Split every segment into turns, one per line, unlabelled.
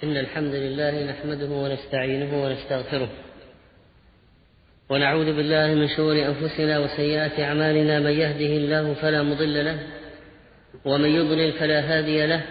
إن الحمد لله نحمده ونستعينه ونستغفره ونعوذ بالله من شرور أنفسنا وسيئات أعمالنا. من يهده الله فلا مضل له ومن يضلل فلا هادي له.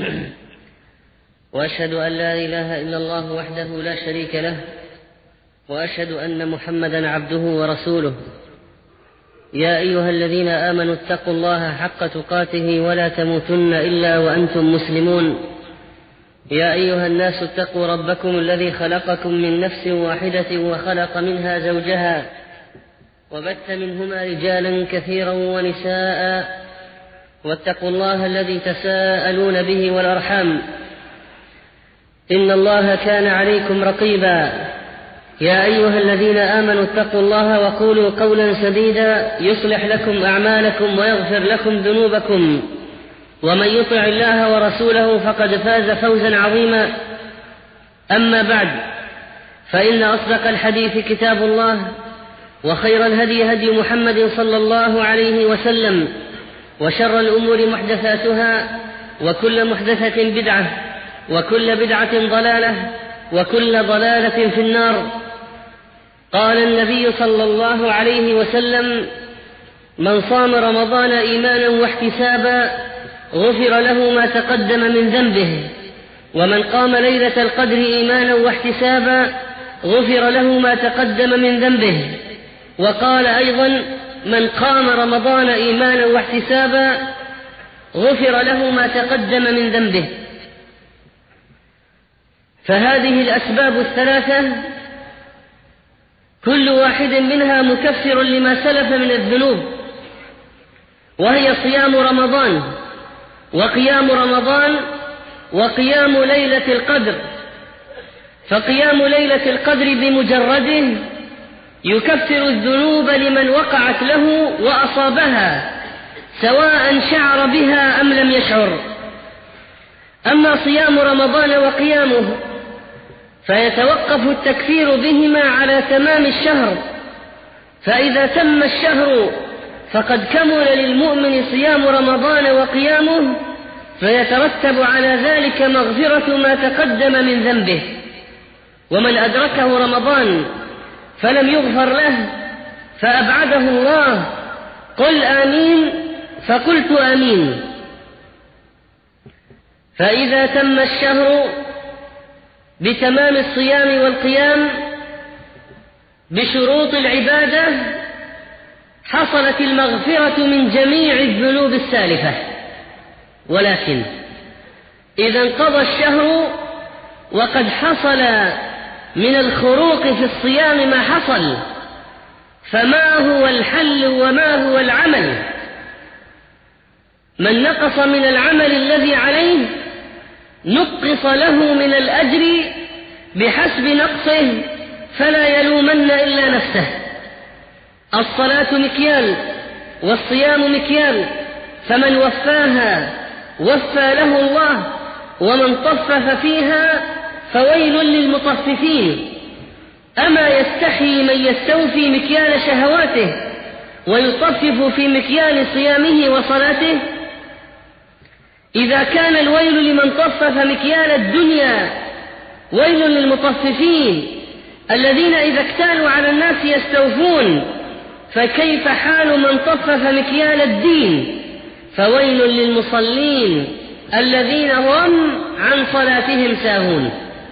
وأشهد أن لا إله إلا الله وحده لا شريك له، وأشهد أن محمدا عبده ورسوله. يا أيها الذين آمنوا اتقوا الله حق تقاته ولا تموتن إلا وأنتم مسلمون. يا أيها الناس اتقوا ربكم الذي خلقكم من نفس واحدة وخلق منها زوجها وبث منهما رجالا كثيرا ونساء، واتقوا الله الذي تساءلون به والأرحام، إن الله كان عليكم رقيبا. يا أيها الذين آمنوا اتقوا الله وقولوا قولا سديدا يصلح لكم أعمالكم ويغفر لكم ذنوبكم، ومن يطع الله ورسوله فقد فاز فوزا عظيما. أما بعد، فإن أصدق الحديث كتاب الله، وخير الهدي هدي محمد صلى الله عليه وسلم، وشر الأمور محدثاتها، وكل محدثة بدعة، وكل بدعة ضلالة، وكل ضلالة في النار. قال النبي صلى الله عليه وسلم: من صام رمضان إيمانا واحتسابا غفر له ما تقدم من ذنبه، ومن قام ليلة القدر إيمانا واحتسابا غفر له ما تقدم من ذنبه. وقال أيضا: من قام رمضان إيمانا واحتسابا غفر له ما تقدم من ذنبه. فهذه الأسباب الثلاثة كل واحد منها مكفر لما سلف من الذنوب، وهي صيام رمضان وقيام رمضان وقيام ليلة القدر. فقيام ليلة القدر بمجرده يكفر الذنوب لمن وقعت له وأصابها، سواء شعر بها أم لم يشعر. أما صيام رمضان وقيامه فيتوقف التكفير بهما على تمام الشهر، فإذا تم الشهر فقد كمل للمؤمن صيام رمضان وقيامه، فيترتب على ذلك مغفرة ما تقدم من ذنبه. ومن أدركه رمضان فلم يغفر له فأبعده الله، قل آمين، فقلت آمين. فإذا تم الشهر بتمام الصيام والقيام بشروط العبادة حصلت المغفرة من جميع الذنوب السالفة. ولكن إذا انقضى الشهر وقد حصل من الخروق في الصيام ما حصل، فما هو الحل وما هو العمل؟ من نقص من العمل الذي عليه نقص له من الأجر بحسب نقصه، فلا يلومن إلا نفسه. الصلاة مكيال والصيام مكيال، فمن وفاها وفى له الله، ومن طفف فيها فويل للمطففين. أما يستحي من يستوفي مكيال شهواته ويطفف في مكيال صيامه وصلاته؟ إذا كان الويل لمن طفف مكيال الدنيا، ويل للمطففين الذين إذا اكتالوا على الناس يستوفون، فكيف حال من طفف مكيال الدين؟ فويل للمصلين الذين هم عن صلاتهم ساهون.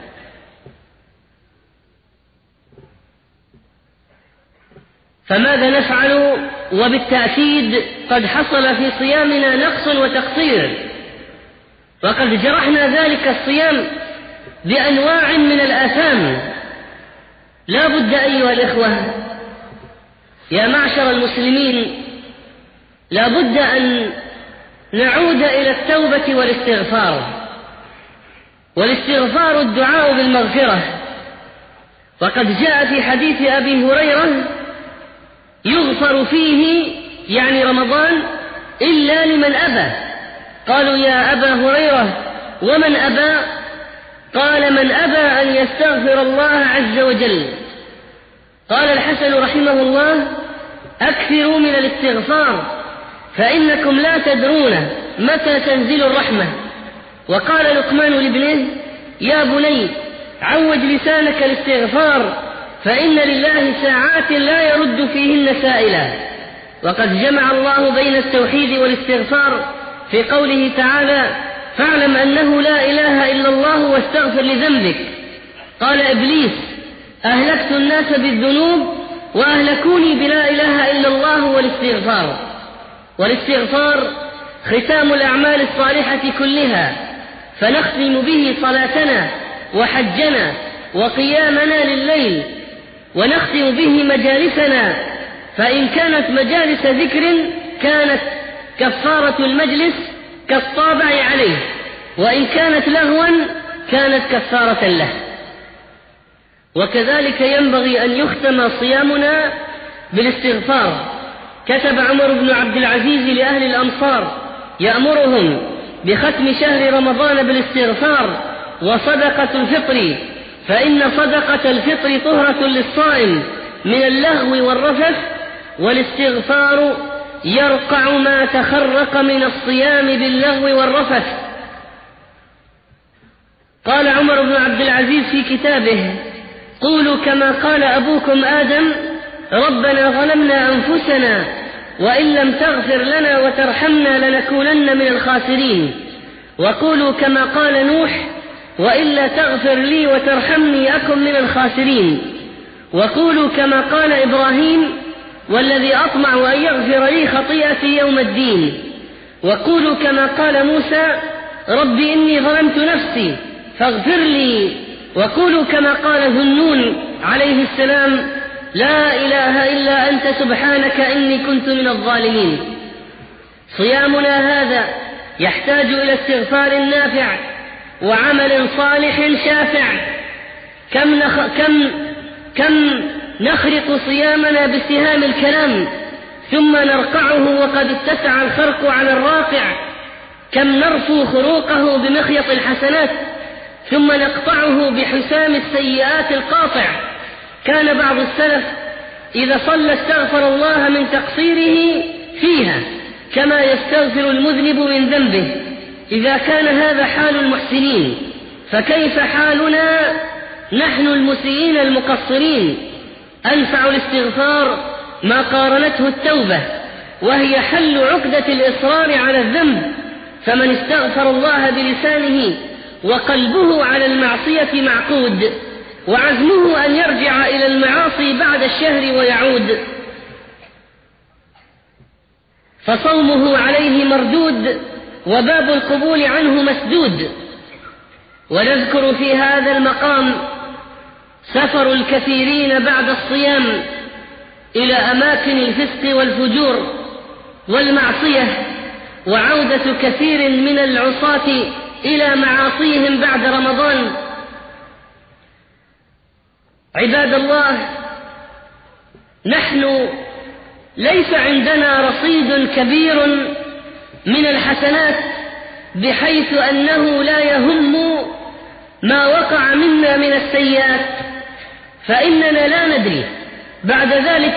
فماذا نفعل وبالتأكيد قد حصل في صيامنا نقص وتقصير، وقد جرحنا ذلك الصيام بأنواع من الآثام؟ لا بد أيها الإخوة يا معشر المسلمين، لا بد أن نعود إلى التوبة والاستغفار. والاستغفار الدعاء بالمغفرة، وقد جاء في حديث أبي هريرة: يغفر فيه يعني رمضان إلا لمن أبى. قالوا: يا أبا هريرة ومن أبى؟ قال: من أبى أن يستغفر الله عز وجل. قال الحسن رحمه الله: أكثروا من الاستغفار فإنكم لا تدرون متى تنزل الرحمة. وقال لقمان لابنه: يا بني عود لسانك الاستغفار، فإن لله ساعات لا يرد فيهن سائلا. وقد جمع الله بين التوحيد والاستغفار في قوله تعالى: فاعلم أنه لا إله إلا الله واستغفر لذنبك. قال إبليس: أهلكت الناس بالذنوب وأهلكوني بلا إله إلا الله والاستغفار. والاستغفار ختام الأعمال الصالحة كلها، فنختم به صلاتنا وحجنا وقيامنا لليل، ونختم به مجالسنا، فإن كانت مجالس ذكر كانت كفارة المجلس كالطابع عليه، وإن كانت لهوا كانت كفارة له. وكذلك ينبغي أن يختم صيامنا بالاستغفار. كتب عمر بن عبد العزيز لأهل الأمصار يأمرهم بختم شهر رمضان بالاستغفار وصدقة الفطر، فإن صدقة الفطر طهرة للصائم من اللغو والرفث، والاستغفار يرقع ما تخرق من الصيام باللغو والرفث. قال عمر بن عبد العزيز في كتابه: قولوا كما قال أبوكم آدم: ربنا ظلمنا أنفسنا وإن لم تغفر لنا وترحمنا لنكونن من الخاسرين. وقولوا كما قال نوح: وإلا تغفر لي وترحمني أكن من الخاسرين. وقولوا كما قال إبراهيم: والذي أطمع أن يغفر لي خطيئتي يوم الدين. وقولوا كما قال موسى: رب إني ظلمت نفسي فاغفر لي. وقولوا كما قال ذو النون عليه السلام: لا إله إلا أنت سبحانك إني كنت من الظالمين. صيامنا هذا يحتاج إلى استغفار نافع وعمل صالح شافع. كم نخرق صيامنا بسهام الكلام ثم نرقعه وقد اتسع الخرق على الراقع. كم نرفو خروقه بمخيط الحسنات ثم نقطعه بحسام السيئات القاطع. كان بعض السلف إذا صلى استغفر الله من تقصيره فيها كما يستغفر المذنب من ذنبه. إذا كان هذا حال المحسنين فكيف حالنا نحن المسيئين المقصرين؟ أنفع الاستغفار ما قارنته التوبة، وهي حل عقدة الإصرار على الذنب. فمن استغفر الله بلسانه وقلبه على المعصية معقود، وعزمه أن يرجع إلى المعاصي بعد الشهر ويعود، فصومه عليه مردود وباب القبول عنه مسدود. ونذكر في هذا المقام سفر الكثيرين بعد الصيام إلى أماكن الفسق والفجور والمعصية، وعودة كثير من العصاة إلى معاصيهم بعد رمضان. عباد الله، نحن ليس عندنا رصيد كبير من الحسنات بحيث أنه لا يهم ما وقع منا من السيئات، فإننا لا ندري بعد ذلك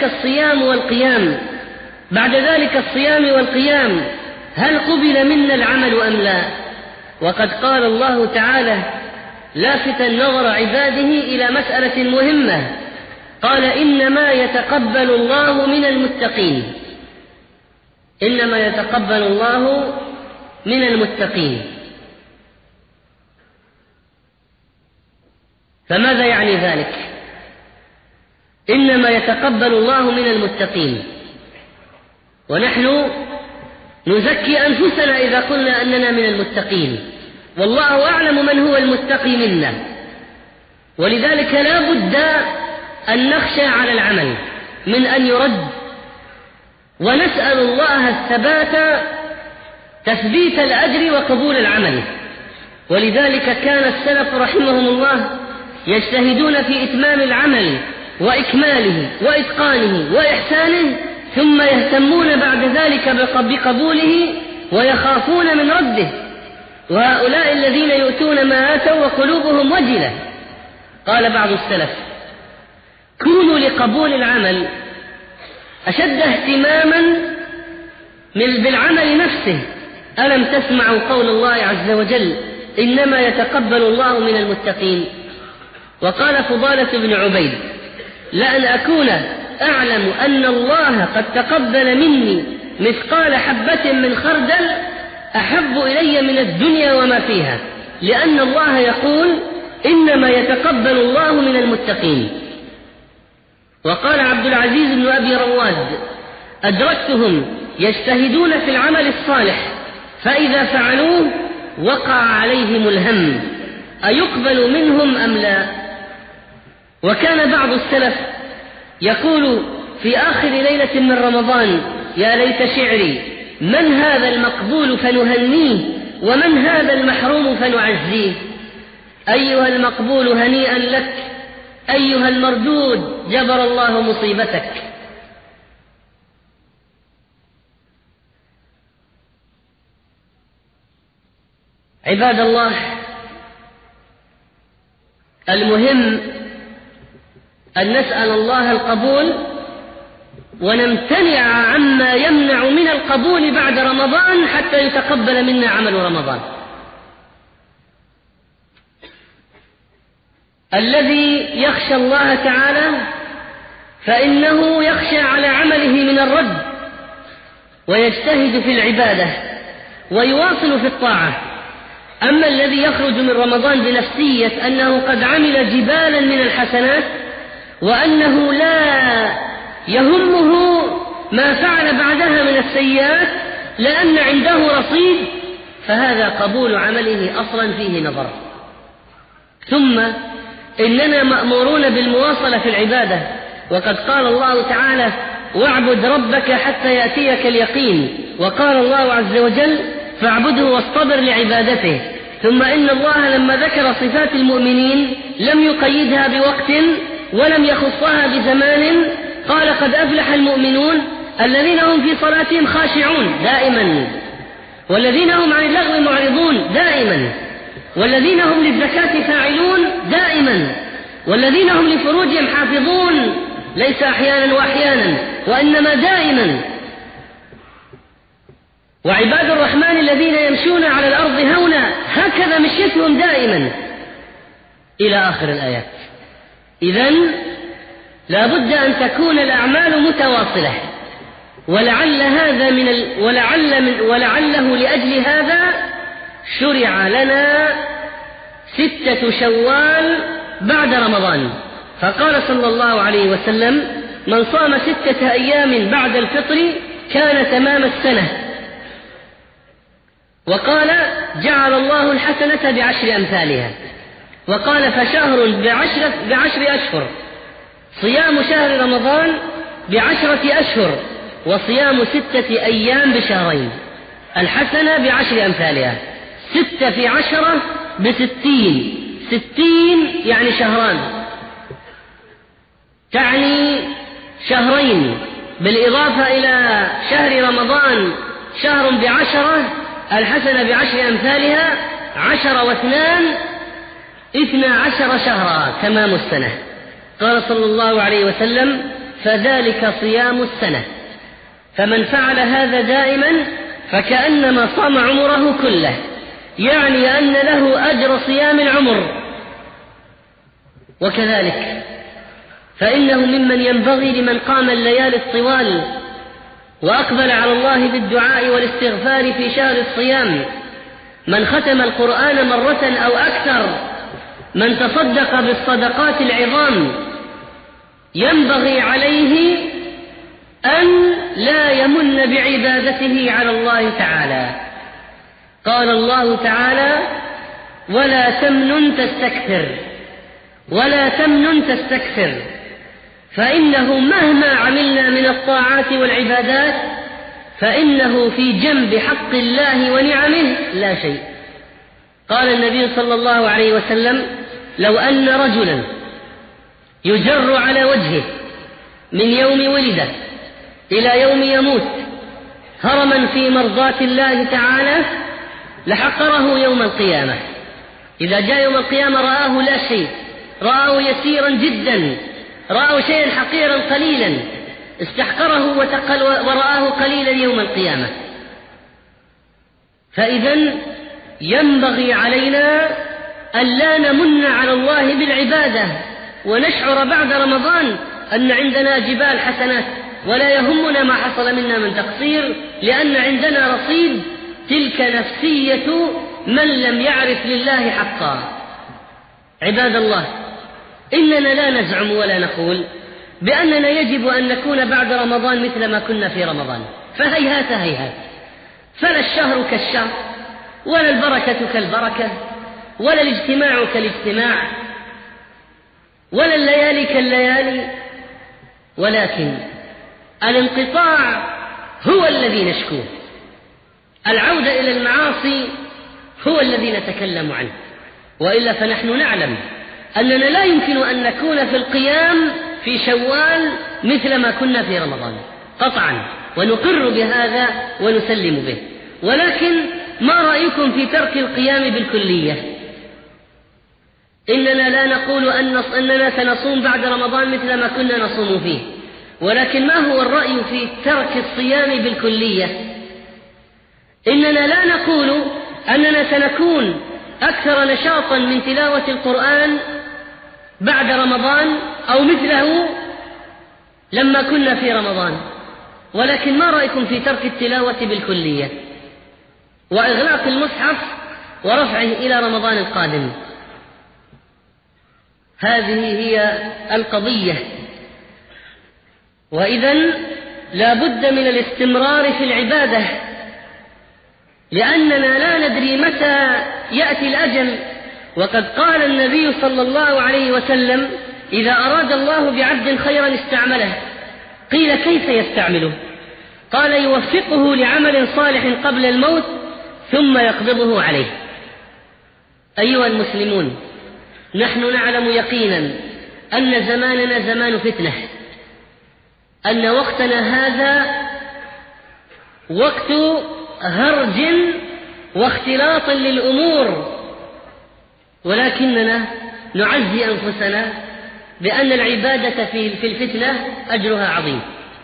الصيام والقيام هل قبل منا العمل أم لا. وقد قال الله تعالى لافتا نظر عباده إلى مسألة مهمة، قال: إنما يتقبل الله من المتقين. إنما يتقبل الله من المتقين. فماذا يعني ذلك؟ إنما يتقبل الله من المتقين، ونحن نزكي أنفسنا إذا قلنا أننا من المتقين، والله أعلم من هو المتقي منا. ولذلك لا بد أن نخشى على العمل من أن يرد، ونسأل الله الثبات، تثبيت الأجر وقبول العمل. ولذلك كان السلف رحمهم الله يجتهدون في إتمام العمل وإكماله وإتقانه وإحسانه، ثم يهتمون بعد ذلك بقبوله ويخافون من رده. وهؤلاء الذين يؤتون ما آتوا وقلوبهم وجلة. قال بعض السلف: كونوا لقبول العمل أشد اهتماما بالعمل نفسه. ألم تسمعوا قول الله عز وجل: إنما يتقبل الله من المتقين. وقال فضالة بن عبيد: لأن أكون أعلم أن الله قد تقبل مني مثقال حبة من خردل أحب إلي من الدنيا وما فيها، لأن الله يقول: إنما يتقبل الله من المتقين. وقال عبد العزيز بن أبي رواد: أدركتهم يجتهدون في العمل الصالح، فإذا فعلوه وقع عليهم الهم أيقبل منهم أم لا. وكان بعض السلف يقول في آخر ليلة من رمضان: يا ليت شعري، من هذا المقبول فنهنيه، ومن هذا المحروم فنعزيه. أيها المقبول هنيئا لك، أيها المردود جبر الله مصيبتك. عباد الله، المهم أن نسأل الله القبول ونمتنع عما يمنع من القبول بعد رمضان حتى يتقبل منا عمل رمضان. الذي يخشى الله تعالى فإنه يخشى على عمله من الرد، ويجتهد في العبادة ويواصل في الطاعة. أما الذي يخرج من رمضان بنفسية أنه قد عمل جبالا من الحسنات وأنه لا يهمه ما فعل بعدها من السيئات لأن عنده رصيد، فهذا قبول عمله أصلا فيه نظر. ثم إننا مأمورون بالمواصلة في العبادة، وقد قال الله تعالى: واعبد ربك حتى يأتيك اليقين. وقال الله عز وجل: فاعبده واصطبر لعبادته. ثم إن الله لما ذكر صفات المؤمنين لم يقيدها بوقت ولم يخصها بزمان، قال: قد أفلح المؤمنون الذين هم في صلاتهم خاشعون دائما، والذين هم عن اللغو معرضون دائما، والذين هم للزكاة فاعلون دائما، والذين هم لفروجهم حافظون، ليس أحيانا وأحيانا وإنما دائما. وعباد الرحمن الذين يمشون على الأرض هونا هكذا مشيتهم دائما، إلى آخر الآيات. إذن لا بد أن تكون الأعمال متواصلة، ولعله لأجل هذا شرع لنا 6 شوال بعد رمضان. فقال صلى الله عليه وسلم: من صام 6 أيام بعد الفطر كان تمام السنة. وقال: جعل الله الحسنة ب10 أمثالها. وقال: فشهر ب10 أشهر، صيام شهر رمضان ب10 أشهر، وصيام 6 أيام بشهرين. الحسنة ب10 أمثالها، 6 في 10 ب60، 60 يعني شهران، تعني شهرين، بالإضافة إلى شهر رمضان شهر ب10، الحسنة ب10 أمثالها، 10 و2 12 شهرا تمام السنة. قال صلى الله عليه وسلم: فذلك صيام السنة. فمن فعل هذا دائما فكأنما صام عمره كله، يعني أن له أجر صيام العمر. وكذلك فإنه ممن ينبغي لمن قام الليالي الطوال وأقبل على الله بالدعاء والاستغفار في شهر الصيام، من ختم القرآن مرة أو أكثر، من تصدق بالصدقات العظام، ينبغي عليه أن لا يمن بعبادته على الله تعالى. قال الله تعالى: ولا تمنن تستكثر، فإنه مهما عملنا من الطاعات والعبادات فإنه في جنب حق الله ونعمه لا شيء. قال النبي صلى الله عليه وسلم: لو أن رجلا يجر على وجهه من يوم ولد إلى يوم يموت هرما في مرضاة الله تعالى لحقره يوم القيامة. إذا جاء يوم القيامة رآه لا شيء، رآه يسيرا جدا، رآه شيئا حقيرا قليلا، استحقره ورآه قليلا يوم القيامة. فإذن ينبغي علينا أن لا نمن على الله بالعبادة ونشعر بعد رمضان أن عندنا جبال حسنات ولا يهمنا ما حصل منا من تقصير، لأن عندنا رصيد. تلك نفسية من لم يعرف لله حقا. عباد الله، إننا لا نزعم ولا نقول بأننا يجب أن نكون بعد رمضان مثل ما كنا في رمضان، فهيهات هيهات. فلا الشهر كالشهر، ولا البركة كالبركة، ولا الاجتماع كالاجتماع، ولا الليالي كالليالي، ولكن الانقطاع هو الذي نشكوه. العودة إلى المعاصي هو الذي نتكلم عنه، وإلا فنحن نعلم أننا لا يمكن أن نكون في القيام في شوال مثل ما كنا في رمضان قطعا، ونقر بهذا ونسلم به. ولكن ما رأيكم في ترك القيام بالكلية؟ إننا لا نقول أننا سنصوم بعد رمضان مثل ما كنا نصوم فيه، ولكن ما هو الرأي في ترك الصيام بالكلية؟ إننا لا نقول أننا سنكون أكثر نشاطا من تلاوة القرآن بعد رمضان أو مثله لما كنا في رمضان، ولكن ما رأيكم في ترك التلاوة بالكلية وإغلاق المصحف ورفعه إلى رمضان القادم؟ هذه هي القضية. وإذن لا بد من الاستمرار في العبادة، لأننا لا ندري متى يأتي الأجل. وقد قال النبي صلى الله عليه وسلم: إذا أراد الله بعبد خيرا استعمله. قيل: كيف يستعمله؟ قال: يوفقه لعمل صالح قبل الموت ثم يقبضه عليه. أيها المسلمون، نحن نعلم يقينا أن زماننا زمان فتنة، أن وقتنا هذا وقت هرج واختلاط للأمور، ولكننا نعزي أنفسنا بأن العبادة في الفتنة أجرها عظيم.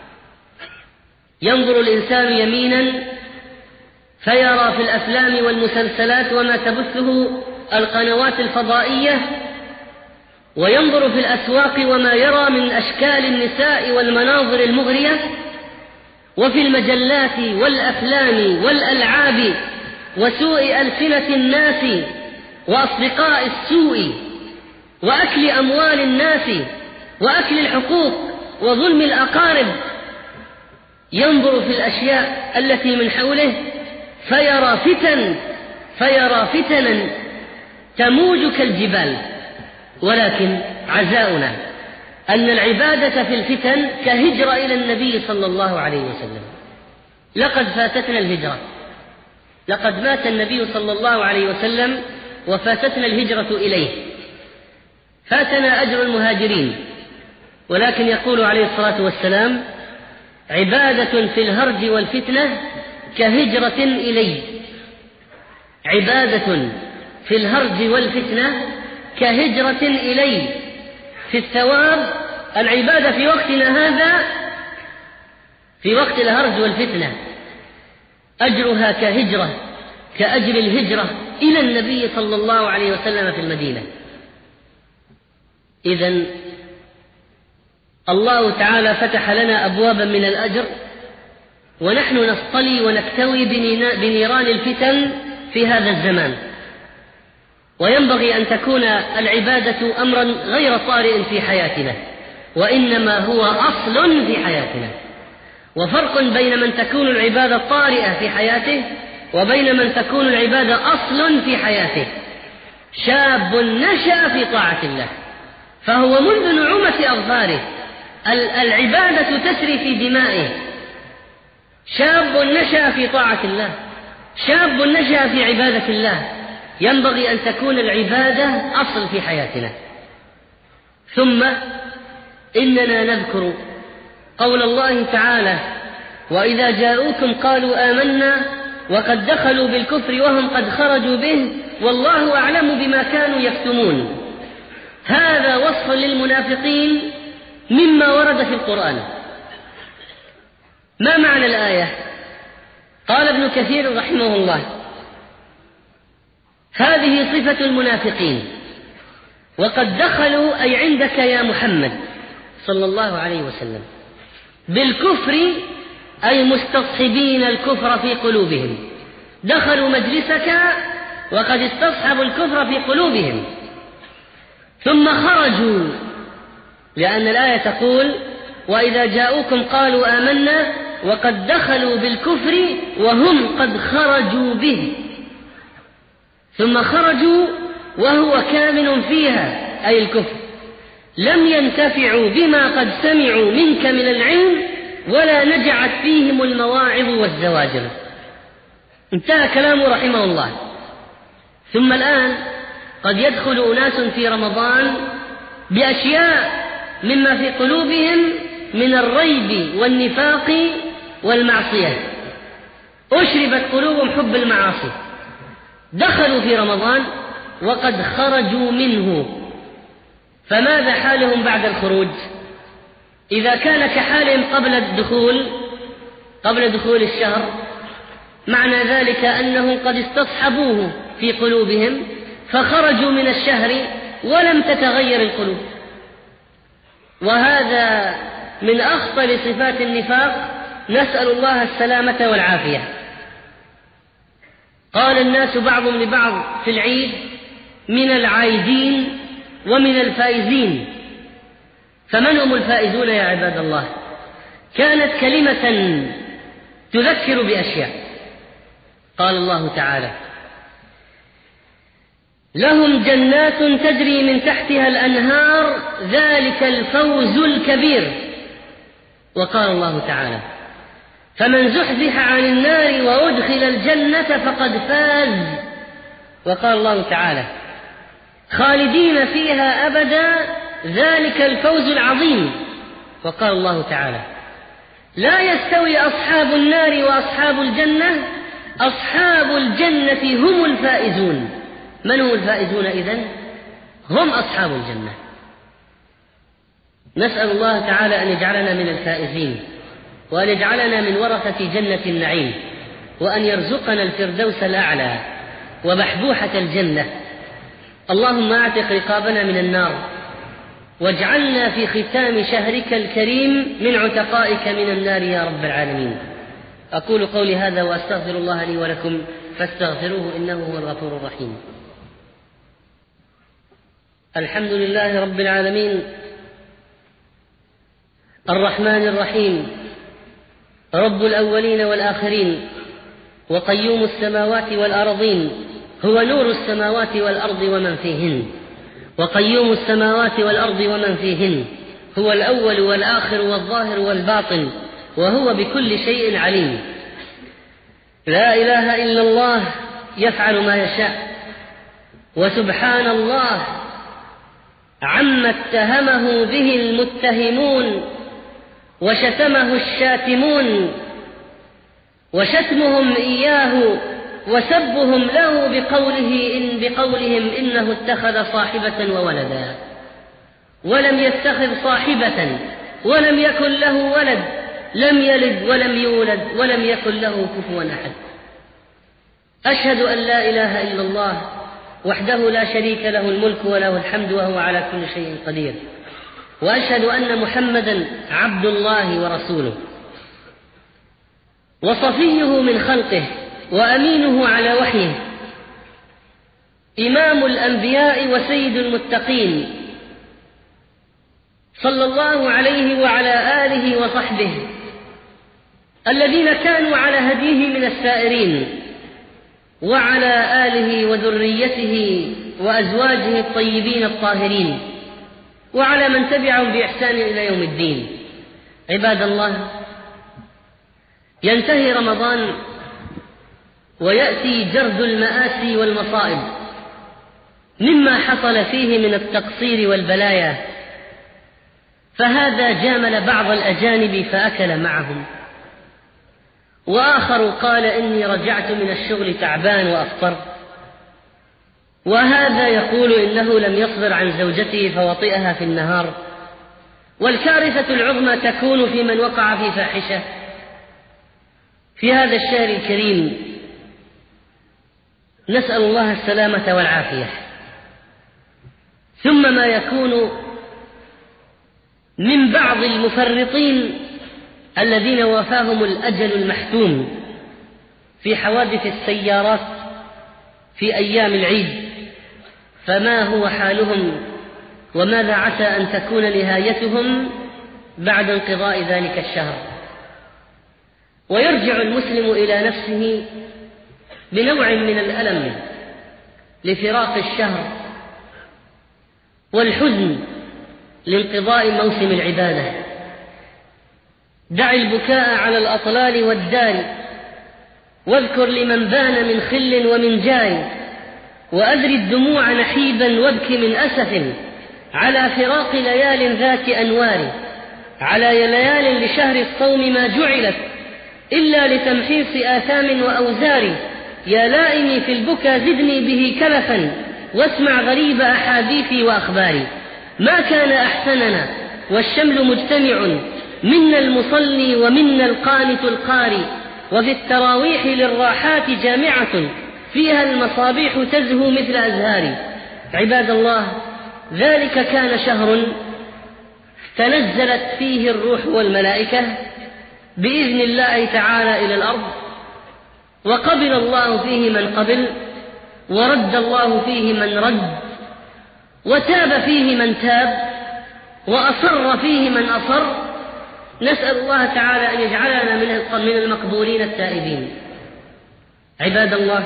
ينظر الإنسان يمينا فيرى في الأفلام والمسلسلات وما تبثه القنوات الفضائية، وينظر في الأسواق وما يرى من أشكال النساء والمناظر المغرية، وفي المجلات والأفلام والألعاب وسوء ألسنة الناس وأصدقاء السوء وأكل أموال الناس وأكل الحقوق وظلم الأقارب. ينظر في الأشياء التي من حوله فيرى فتنا تموج كالجبال. ولكن عزاؤنا أن العبادة في الفتن كهجرة إلى النبي صلى الله عليه وسلم. لقد فاتتنا الهجرة، لقد مات النبي صلى الله عليه وسلم وفاتتنا الهجرة إليه، فاتنا أجر المهاجرين. ولكن يقول عليه الصلاة والسلام: عبادة في الهرج والفتنة كهجرة إلي. عبادة في الهرج والفتنة كهجرة إلي. في الثواب العبادة في وقتنا هذا، في وقت الهرج والفتنة، أجرها كأجر الهجرة إلى النبي صلى الله عليه وسلم في المدينة. إذن الله تعالى فتح لنا أبوابا من الأجر، ونحن نصطلي ونكتوي بنيران الفتن في هذا الزمان. وينبغي أن تكون العبادة أمرا غير طارئ في حياتنا، وإنما هو أصل في حياتنا. وفرق بين من تكون العبادة طارئة في حياته وبين من تكون العبادة أصل في حياته. شاب نشأ في طاعة الله فهو منذ نعومة أظفاره العبادة تسري في دمائه. شاب نشأ في طاعة الله، شاب نشأ في عبادة الله. ينبغي أن تكون العبادة أصل في حياتنا. ثم إننا نذكر قول الله تعالى: وإذا جاءوكم قالوا آمنا وقد دخلوا بالكفر وهم قد خرجوا به والله أعلم بما كانوا يكتمون. هذا وصف للمنافقين مما ورد في القرآن. ما معنى الآية؟ قال ابن كثير رحمه الله: هذه صفة المنافقين، وقد دخلوا أي عندك يا محمد صلى الله عليه وسلم بالكفر، أي مستصحبين الكفر في قلوبهم، دخلوا مجلسك وقد استصحبوا الكفر في قلوبهم، ثم خرجوا، لأن الآية تقول وإذا جاءوكم قالوا آمنا وقد دخلوا بالكفر وهم قد خرجوا به، ثم خرجوا وهو كامن فيها أي الكفر، لم ينتفعوا بما قد سمعوا منك من العلم ولا نجعت فيهم المواعظ والزواجر. انتهى كلامه رحمه الله. ثم الآن قد يدخل أناس في رمضان بأشياء مما في قلوبهم من الريب والنفاق والمعصية، أشربت قلوبهم حب المعاصي، دخلوا في رمضان وقد خرجوا منه، فماذا حالهم بعد الخروج؟ إذا كان كحالهم قبل دخول الشهر، معنى ذلك أنهم قد استصحبوه في قلوبهم فخرجوا من الشهر ولم تتغير القلوب، وهذا من أخطر صفات النفاق، نسأل الله السلامة والعافية. قال الناس بعضهم لبعض في العيد من العايدين ومن الفائزين، فمن هم الفائزون يا عباد الله؟ كانت كلمة تذكر بأشياء. قال الله تعالى لهم جنات تجري من تحتها الأنهار ذلك الفوز الكبير. وقال الله تعالى فمن زحزح عن النار وأدخل الجنة فقد فاز. وقال الله تعالى خالدين فيها أبدا ذلك الفوز العظيم. وقال الله تعالى لا يستوي أصحاب النار وأصحاب الجنة، أصحاب الجنة هم الفائزون. من هم الفائزون إذن؟ هم أصحاب الجنة. نسأل الله تعالى أن يجعلنا من الفائزين، وأن يجعلنا من ورثة جنة النعيم، وأن يرزقنا الفردوس الأعلى وبحبوحة الجنة. اللهم أعتق رقابنا من النار، واجعلنا في ختام شهرك الكريم من عتقائك من النار يا رب العالمين. أقول قولي هذا وأستغفر الله لي ولكم فاستغفروه إنه هو الغفور الرحيم. الحمد لله رب العالمين الرحمن الرحيم، رب الأولين والآخرين، وقيوم السماوات والأرضين، هو نور السماوات والأرض ومن فيهن، وقيوم السماوات والأرض ومن فيهن، هو الأول والآخر والظاهر والباطن، وهو بكل شيء عليم. لا إله إلا الله يفعل ما يشاء، وسبحان الله عما اتهمه به المتهمون وشتمه الشاتمون، وشتمهم إياه وسبهم له بقولهم إنه اتخذ صاحبة وولدا، ولم يتخذ صاحبة ولم يكن له ولد، لم يلد ولم يولد ولم يكن له كفوا أحد. أشهد أن لا إله إلا الله وحده لا شريك له الملك وله الحمد وهو على كل شيء قدير، وأشهد أن محمدا عبد الله ورسوله وصفيه من خلقه وأمينه على وحيه، إمام الأنبياء وسيد المتقين، صلى الله عليه وعلى آله وصحبه الذين كانوا على هديه من السائرين، وعلى آله وذريته وأزواجه الطيبين الطاهرين، وعلى من تبعهم بإحسان إلى يوم الدين. عباد الله، ينتهي رمضان ويأتي جرد المآسي والمصائب مما حصل فيه من التقصير والبلايا، فهذا جامل بعض الأجانب فأكل معهم، وآخر قال إني رجعت من الشغل تعبان وأفطر، وهذا يقول إنه لم يصبر عن زوجته فوطئها في النهار. والكارثة العظمى تكون في من وقع في فاحشة في هذا الشهر الكريم، نسأل الله السلامة والعافية. ثم ما يكون من بعض المفرطين الذين وافاهم الأجل المحتوم في حوادث السيارات في أيام العيد، فما هو حالهم وماذا عسى أن تكون نهايتهم بعد انقضاء ذلك الشهر؟ ويرجع المسلم إلى نفسه بنوع من الألم لفراق الشهر والحزن لانقضاء موسم العبادة. دع البكاء على الأطلال والدار، واذكر لمن بان من خل ومن جار، وأذري الدموع نحيبا وابك من أسف على فراق ليال ذات أنوار، على ليال لشهر الصوم ما جعلت إلا لتمحيص آثام وأوزار، يا لائمي في البكا زدني به كلفا واسمع غريب أحاديثي وأخباري. ما كان أحسننا والشمل مجتمع، منا المصلي ومنا القانت القاري، وفي التراويح للراحات جامعة فيها المصابيح تزهو مثل أزهار. عباد الله، ذلك كان شهر تنزلت فيه الروح والملائكة بإذن الله تعالى إلى الأرض، وقبل الله فيه من قبل، ورد الله فيه من رد، وتاب فيه من تاب، وأصر فيه من أصر. نسأل الله تعالى أن يجعلنا من المقبولين التائبين. عباد الله،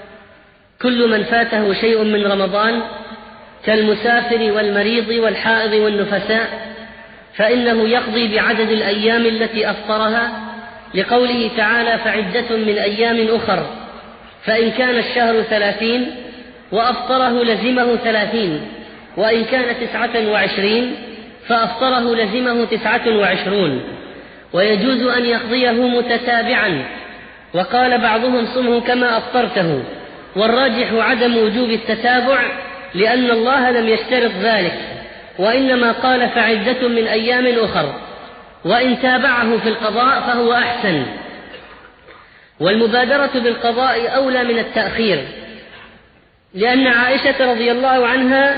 كل من فاته شيء من رمضان كالمسافر والمريض والحائض والنفساء فإنه يقضي بعدد الأيام التي أفطرها، لقوله تعالى: فعدة من أيام أخر. فإن كان الشهر 30 وأفطره لزمه 30، وإن كان 29 فأفطره لزمه 29، ويجوز أن يقضيه متتابعا. وقال بعضهم: صمه كما أفطرته، والراجح عدم وجوب التتابع لأن الله لم يشترط ذلك، وإنما قال فعدة من أيام أخر، وإن تابعه في القضاء فهو أحسن. والمبادرة بالقضاء أولى من التأخير، لأن عائشة رضي الله عنها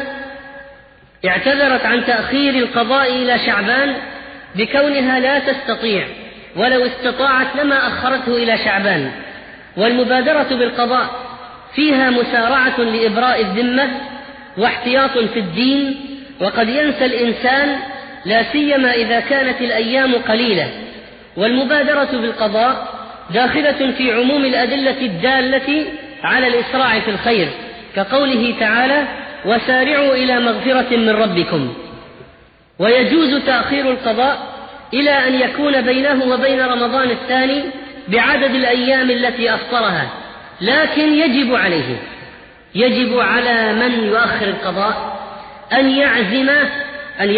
اعتذرت عن تأخير القضاء إلى شعبان بكونها لا تستطيع، ولو استطاعت لما أخرته إلى شعبان. والمبادرة بالقضاء فيها مسارعة لإبراء الذمة واحتياط في الدين، وقد ينسى الإنسان لا سيما إذا كانت الأيام قليلة. والمبادرة بالقضاء داخلة في عموم الأدلة الدالة على الإسراع في الخير، كقوله تعالى: وسارعوا إلى مغفرة من ربكم. ويجوز تأخير القضاء إلى أن يكون بينه وبين رمضان الثاني بعدد الأيام التي أفطرها، لكن يجب على من يؤخر القضاء أن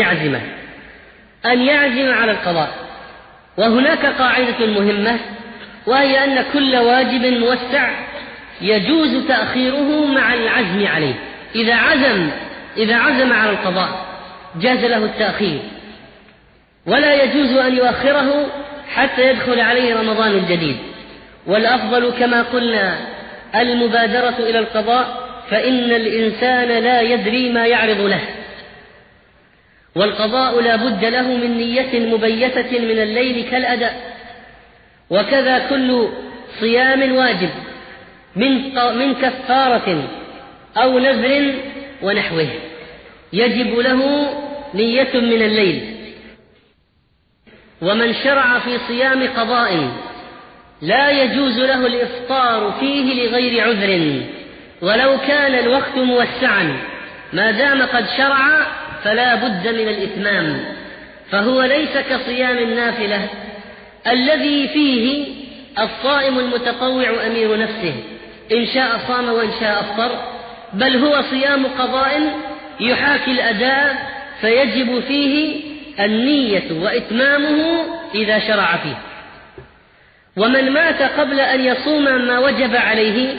يعزم على القضاء. وهناك قاعدة مهمة، وهي أن كل واجب موسع يجوز تأخيره مع العزم عليه. إذا عزم على القضاء جاز له التأخير، ولا يجوز أن يؤخره حتى يدخل عليه رمضان الجديد. والأفضل كما قلنا المبادرة إلى القضاء، فإن الإنسان لا يدري ما يعرض له، والقضاء لا بد له من نية مبيتة من الليل كالأداء. وكذا كل صيام واجب من كفارة أو نذر ونحوه يجب له نية من الليل. ومن شرع في صيام قضاء لا يجوز له الإفطار فيه لغير عذر، ولو كان الوقت موسعا، ما دام قد شرع فلا بد من الإتمام. فهو ليس كصيام النافلة الذي فيه الصائم المتطوع أمير نفسه، إن شاء صام وإن شاء أفطر، بل هو صيام قضاء يحاكي الأداء، فيجب فيه النية وإتمامه إذا شرع فيه. ومن مات قبل أن يصوم ما وجب عليه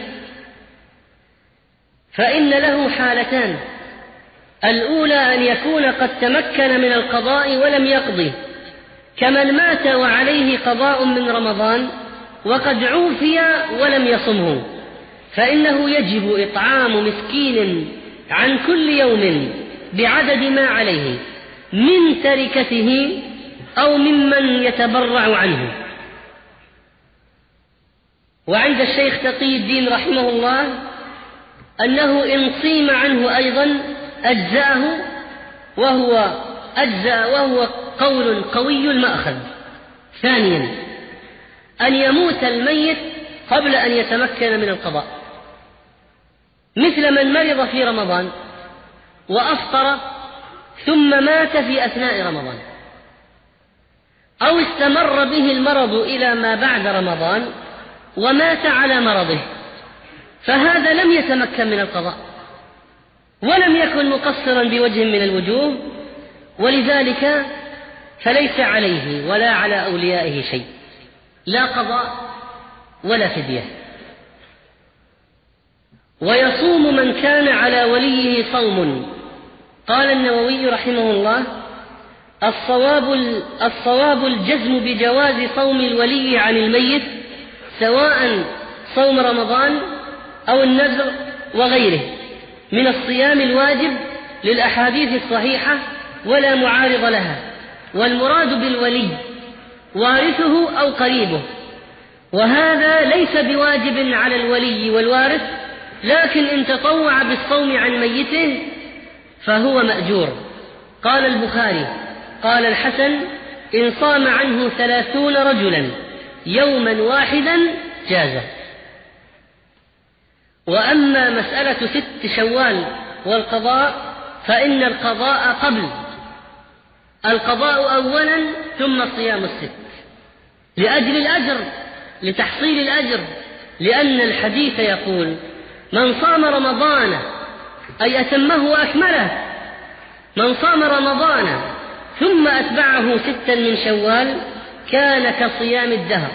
فإن له حالتان: الأولى أن يكون قد تمكن من القضاء ولم يقضي، كمن مات وعليه قضاء من رمضان وقد عوفي ولم يصمه، فإنه يجب إطعام مسكين عن كل يوم بعدد ما عليه من تركته أو ممن يتبرع عنه. وعند الشيخ تقي الدين رحمه الله أنه إن صيم عنه أيضا أجزاه، وهو قول قوي المأخذ. ثانيا، أن يموت الميت قبل أن يتمكن من القضاء، مثل من مرض في رمضان وأفطر ثم مات في أثناء رمضان، أو استمر به المرض إلى ما بعد رمضان ومات على مرضه، فهذا لم يتمكن من القضاء ولم يكن مقصرا بوجه من الوجوه، ولذلك فليس عليه ولا على أوليائه شيء، لا قضاء ولا فدية. ويصوم من كان على وليه صوم. قال النووي رحمه الله: الصواب الجزم بجواز صوم الولي عن الميت، سواء صوم رمضان أو النذر وغيره من الصيام الواجب للأحاديث الصحيحة ولا معارض لها. والمراد بالولي وارثه أو قريبه، وهذا ليس بواجب على الولي والوارث، لكن إن تطوع بالصوم عن ميته فهو مأجور. قال البخاري: قال الحسن: إن صام عنه 30 رجلا يوما واحدا جاز. وأما مسألة 6 شوال والقضاء فإن القضاء قبل، القضاء أولا ثم صيام 6 لأجل الأجر، لتحصيل الأجر، لأن الحديث يقول: من صام رمضان أي أتمه وأكمله، من صام رمضان ثم أتبعه 6 من شوال كان كصيام الدهر.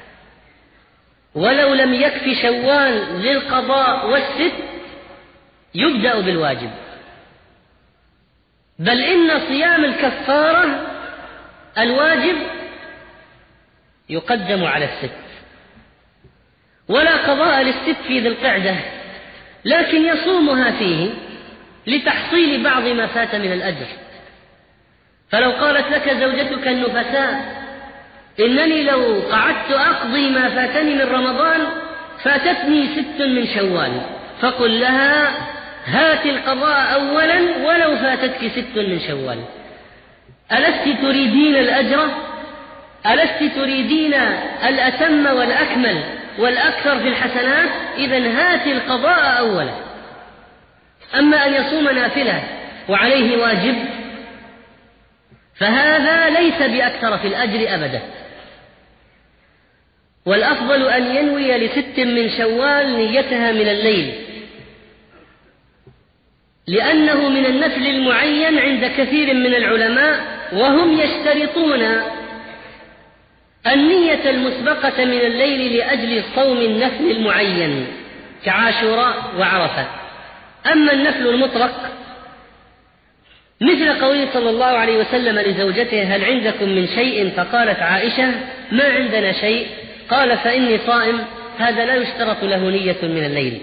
ولو لم يكف شوال للقضاء وال6 يبدأ بالواجب، بل إن صيام الكفارة الواجب يقدم على 6. ولا قضاء لل6 في ذي القعدة، لكن يصومها فيه لتحصيل بعض ما فات من الأجر. فلو قالت لك زوجتك النفساء: إنني لو قعدت أقضي ما فاتني من رمضان فاتتني 6 من شوال، فقل لها: هات القضاء أولا ولو فاتتك 6 من شوال. ألست تريدين الأجر؟ ألست تريدين الأتم والأكمل والأكثر في الحسنات؟ إذن هات القضاء أولا. أما أن يصوم نافلة وعليه واجب فهذا ليس بأكثر في الأجر أبدا. والأفضل أن ينوي ل6 من شوال نيتها من الليل، لأنه من النفل المعين عند كثير من العلماء، وهم يشترطون النية المسبقة من الليل لأجل صوم النفل المعين كعاشوراء وعرفة. أما النفل المطلق مثل قوله صلى الله عليه وسلم لزوجته: هل عندكم من شيء؟ فقالت عائشة: ما عندنا شيء. قال: فإني صائم. هذا لا يشترط له نية من الليل.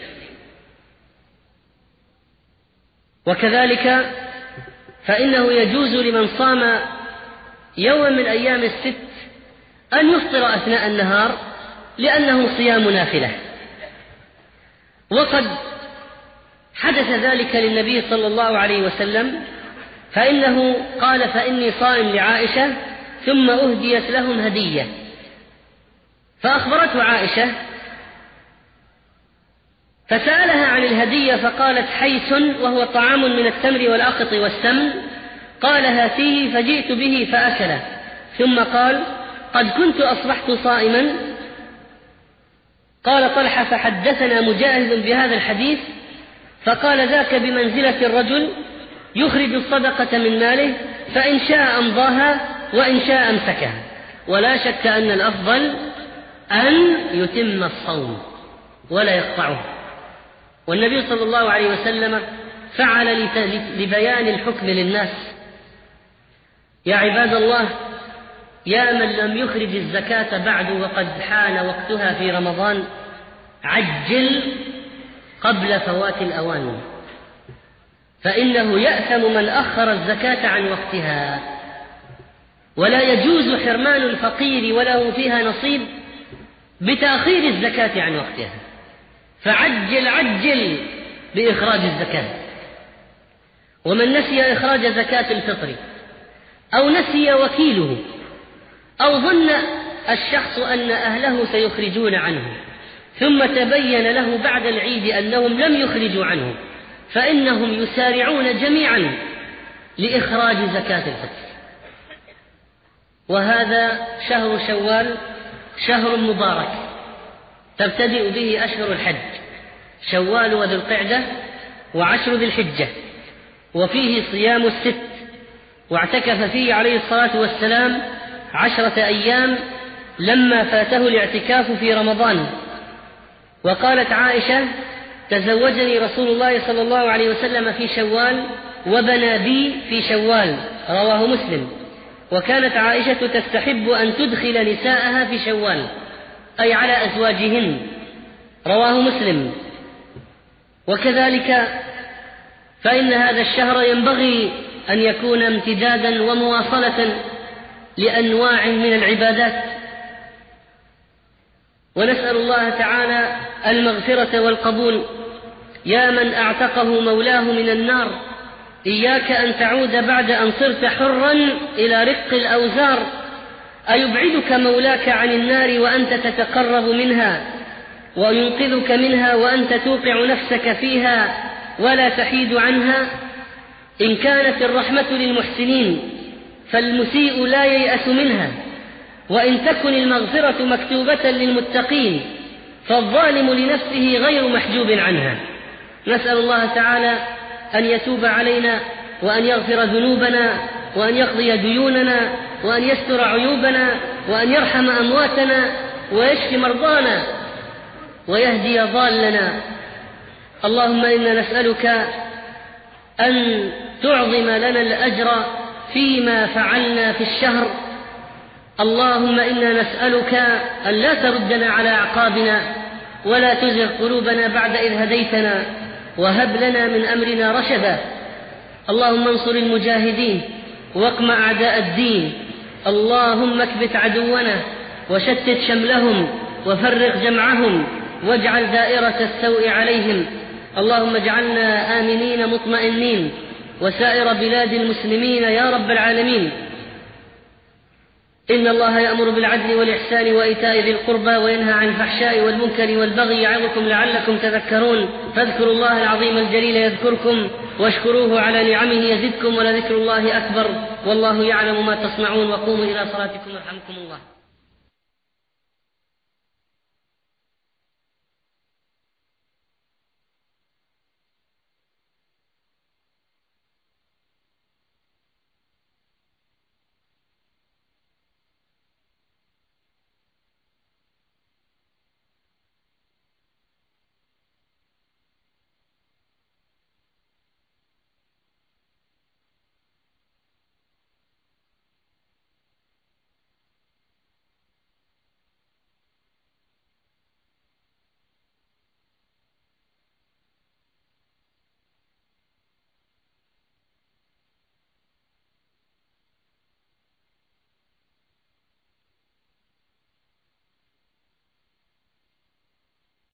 وكذلك فإنه يجوز لمن صام يوما من أيام ال6 أن يفطر أثناء النهار، لأنه صيام نافلة. وقد حدث ذلك للنبي صلى الله عليه وسلم، فإنه قال: فإني صائم لعائشة، ثم أهديت لهم هدية، فأخبرته عائشة فسألها عن الهدية، فقالت: حيث، وهو طعام من التمر والأقط والسمن. قال: هاتيه، فجئت به فأكله، ثم قال: قد كنت أصبحت صائما. قال طلحة: فحدثنا مجاهد بهذا الحديث، فقال: ذاك بمنزلة الرجل يخرج الصدقة من ماله، فإن شاء أمضاها وإن شاء أمسكها. ولا شك أن الأفضل أن يتم الصوم ولا يقطعه. والنبي صلى الله عليه وسلم فعل لبيان الحكم للناس: يا عباد الله، يا من لم يخرج الزكاة بعد وقد حان وقتها في رمضان، عجل قبل فوات الأوان، فإنه يأثم من أخر الزكاة عن وقتها، ولا يجوز حرمان الفقير وله فيها نصيب بتأخير الزكاة عن وقتها، فعجل بإخراج الزكاة. ومن نسي إخراج زكاة الفطر أو نسي وكيله أو ظن الشخص أن أهله سيخرجون عنه ثم تبين له بعد العيد أنهم لم يخرجوا عنه، فإنهم يسارعون جميعا لإخراج زكاة الفطر. وهذا شهر شوال شهر مبارك تبتدئ به أشهر الحج، شوال وذو القعدة وعشر ذي الحجة، وفيه صيام الست، واعتكف فيه عليه الصلاة والسلام 10 أيام لما فاته الاعتكاف في رمضان. وقالت عائشة: تزوجني رسول الله صلى الله عليه وسلم في شوال وبنى بي في شوال، رواه مسلم. وكانت عائشة تستحب أن تدخل نساءها في شوال، أي على أزواجهن، رواه مسلم. وكذلك فإن هذا الشهر ينبغي أن يكون امتدادا ومواصلة لأنواع من العبادات، ونسأل الله تعالى المغفرة والقبول. يا من أعتقه مولاه من النار، إياك أن تعود بعد أن صرت حرا إلى رق الأوزار. أيبعدك مولاك عن النار وأنت تتقرب منها، وينقذك منها وأنت توقع نفسك فيها ولا تحيد عنها؟ إن كانت الرحمة للمحسنين فالمسيء لا ييأس منها، وإن تكن المغفرة مكتوبة للمتقين فالظالم لنفسه غير محجوب عنها. نسأل الله تعالى أن يتوب علينا وأن يغفر ذنوبنا وأن يقضي ديوننا وأن يستر عيوبنا وأن يرحم أمواتنا ويشفي مرضانا ويهدي ضالنا. اللهم إنا نسألك أن تعظم لنا الأجر فيما فعلنا في الشهر. اللهم إنا نسألك أن لا تردنا على أعقابنا ولا تزغ قلوبنا بعد إذ هديتنا وهب لنا من أمرنا رشدا. اللهم انصر المجاهدين واقمع أعداء الدين. اللهم اكبت عدونا وشتت شملهم وفرق جمعهم واجعل دائرة السوء عليهم. اللهم اجعلنا آمنين مطمئنين وسائر بلاد المسلمين يا رب العالمين. إن الله يأمر بالعدل والإحسان وإيتاء ذي القربى وينهى عن الفحشاء والمنكر والبغي يعظكم لعلكم تذكرون. فاذكروا الله العظيم الجليل يذكركم واشكروه على نعمه يزدكم ولذكر الله أكبر والله يعلم ما تصنعون. وقوموا إلى صلاتكم يرحمكم الله.